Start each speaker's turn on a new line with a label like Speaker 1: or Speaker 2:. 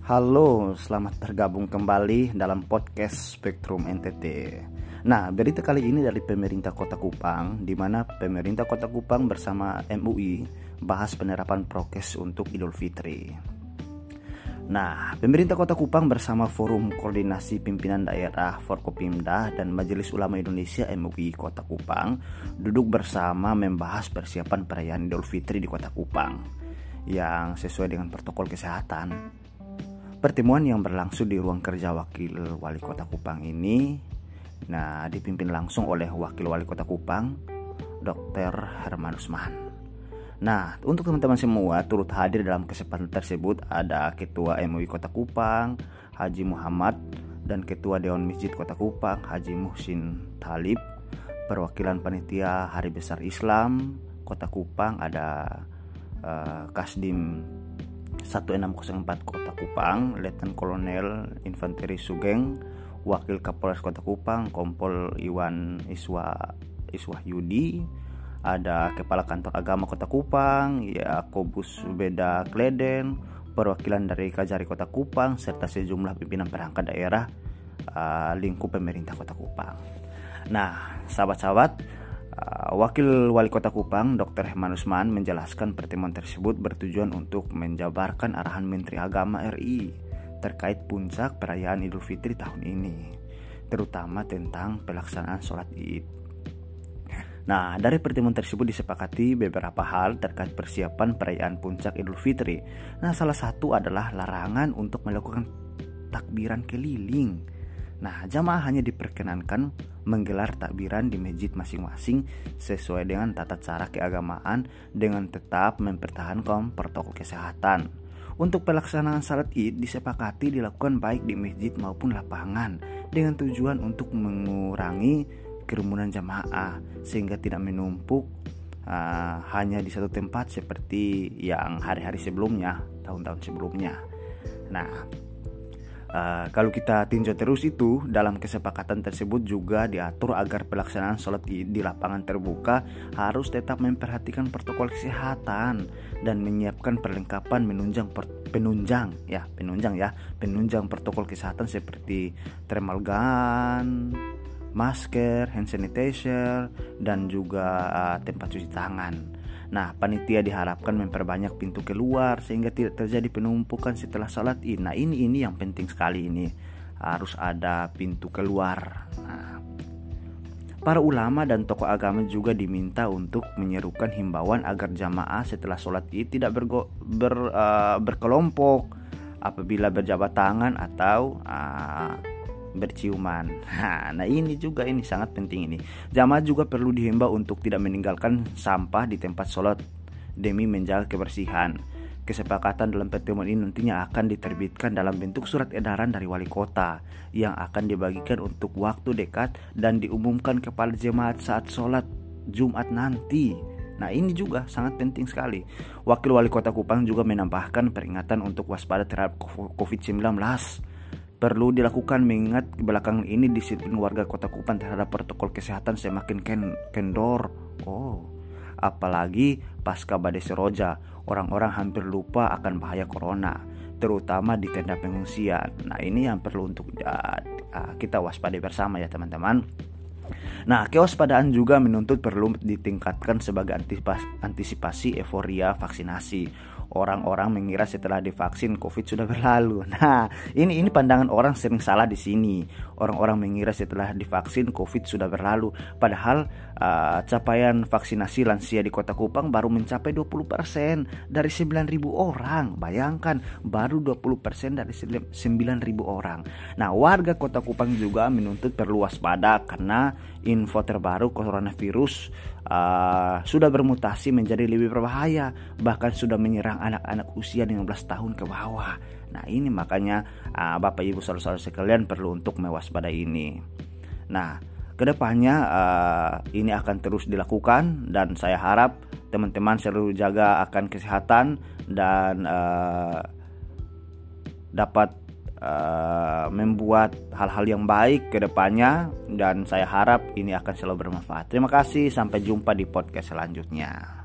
Speaker 1: Halo, selamat bergabung kembali dalam podcast Spektrum NTT. Nah, berita kali ini dari pemerintah Kota Kupang, di mana pemerintah Kota Kupang bersama MUI bahas penerapan prokes untuk Idul Fitri. Nah, pemerintah Kota Kupang bersama Forum Koordinasi Pimpinan Daerah Forkopimda dan Majelis Ulama Indonesia MUI Kota Kupang duduk bersama membahas persiapan perayaan Idul Fitri di Kota Kupang yang sesuai dengan protokol kesehatan. Pertemuan yang berlangsung di ruang kerja Wakil Wali Kota Kupang ini dipimpin langsung oleh Wakil Wali Kota Kupang, Dr. Herman Usman. Nah, untuk teman-teman semua turut hadir dalam kesempatan tersebut ada Ketua MUI Kota Kupang, Haji Muhammad, dan Ketua Dewan Masjid Kota Kupang, Haji Muhsin Talib. Perwakilan Panitia Hari Besar Islam Kota Kupang ada Kasdim 1604 Kota Kupang, Letnan Kolonel Infanteri Sugeng, Wakil Kapolres Kota Kupang, Kompol Iwan Iswahyudi, ada Kepala Kantor Agama Kota Kupang, Yakobus Beda Kleden, perwakilan dari Kajari Kota Kupang, serta sejumlah pimpinan perangkat daerah lingkup pemerintah Kota Kupang. Nah, sahabat-sahabat, Wakil Wali Kota Kupang, Dr. Herman Usman menjelaskan pertemuan tersebut bertujuan untuk menjabarkan arahan Menteri Agama RI terkait puncak perayaan Idul Fitri tahun ini, terutama tentang pelaksanaan sholat Id. Nah, dari pertemuan tersebut disepakati beberapa hal terkait persiapan perayaan puncak Idul Fitri. Nah, salah satu adalah larangan untuk melakukan takbiran keliling. Nah, jamaah hanya diperkenankan menggelar takbiran di masjid masing-masing sesuai dengan tata cara keagamaan dengan tetap mempertahankan protokol kesehatan. Untuk pelaksanaan salat Id disepakati dilakukan baik di masjid maupun lapangan dengan tujuan untuk mengurangi kerumunan jamaah sehingga tidak menumpuk hanya di satu tempat seperti yang hari-hari sebelumnya, tahun-tahun sebelumnya. Nah, kalau kita tinjau terus itu, dalam kesepakatan tersebut juga diatur agar pelaksanaan sholat Id di lapangan terbuka harus tetap memperhatikan protokol kesehatan dan menyiapkan perlengkapan penunjang protokol kesehatan seperti thermal gun, masker, hand sanitizer, dan juga tempat cuci tangan. Nah, panitia diharapkan memperbanyak pintu keluar sehingga tidak terjadi penumpukan setelah salat Id. Nah, ini yang penting sekali, ini harus ada pintu keluar. Nah, para ulama dan tokoh agama juga diminta untuk menyerukan himbauan agar jamaah setelah salat Id tidak berkelompok apabila berjabat tangan atau berciuman. Nah, ini sangat penting ini. Jamaah juga perlu dihimbau untuk tidak meninggalkan sampah di tempat sholat demi menjaga kebersihan. Kesepakatan dalam pertemuan ini nantinya akan diterbitkan dalam bentuk surat edaran dari wali kota yang akan dibagikan untuk waktu dekat dan diumumkan kepada jemaat saat sholat Jumat nanti. Nah, ini juga sangat penting sekali. Wakil Wali Kota Kupang juga menambahkan peringatan untuk waspada terhadap COVID-19 perlu dilakukan mengingat belakangan ini disiplin warga Kota Kupang terhadap protokol kesehatan semakin kendor. Apalagi pasca badai Seroja, orang-orang hampir lupa akan bahaya corona, terutama di tenda pengungsian. Nah, ini yang perlu untuk kita waspadai bersama ya teman-teman. Nah, kewaspadaan juga menuntut perlu ditingkatkan sebagai antisipasi euforia vaksinasi. Orang-orang mengira setelah divaksin COVID sudah berlalu. Nah, ini pandangan orang sering salah di sini. Orang-orang mengira setelah divaksin COVID sudah berlalu, padahal capaian vaksinasi lansia di Kota Kupang baru mencapai 20% dari 9.000 orang. Bayangkan, baru 20% dari 9.000 orang. Nah, warga Kota Kupang juga menuntut perlu waspada karena info terbaru coronavirus sudah bermutasi menjadi lebih berbahaya, bahkan sudah menyerang anak-anak usia 15 tahun ke bawah. Nah, ini makanya Bapak Ibu saudara-saudara sekalian perlu untuk mewaspadai ini. Nah, kedepannya ini akan terus dilakukan dan saya harap teman-teman selalu jaga akan kesehatan dan dapat membuat hal-hal yang baik ke depannya, dan saya harap ini akan selalu bermanfaat. Terima kasih, sampai jumpa di podcast selanjutnya.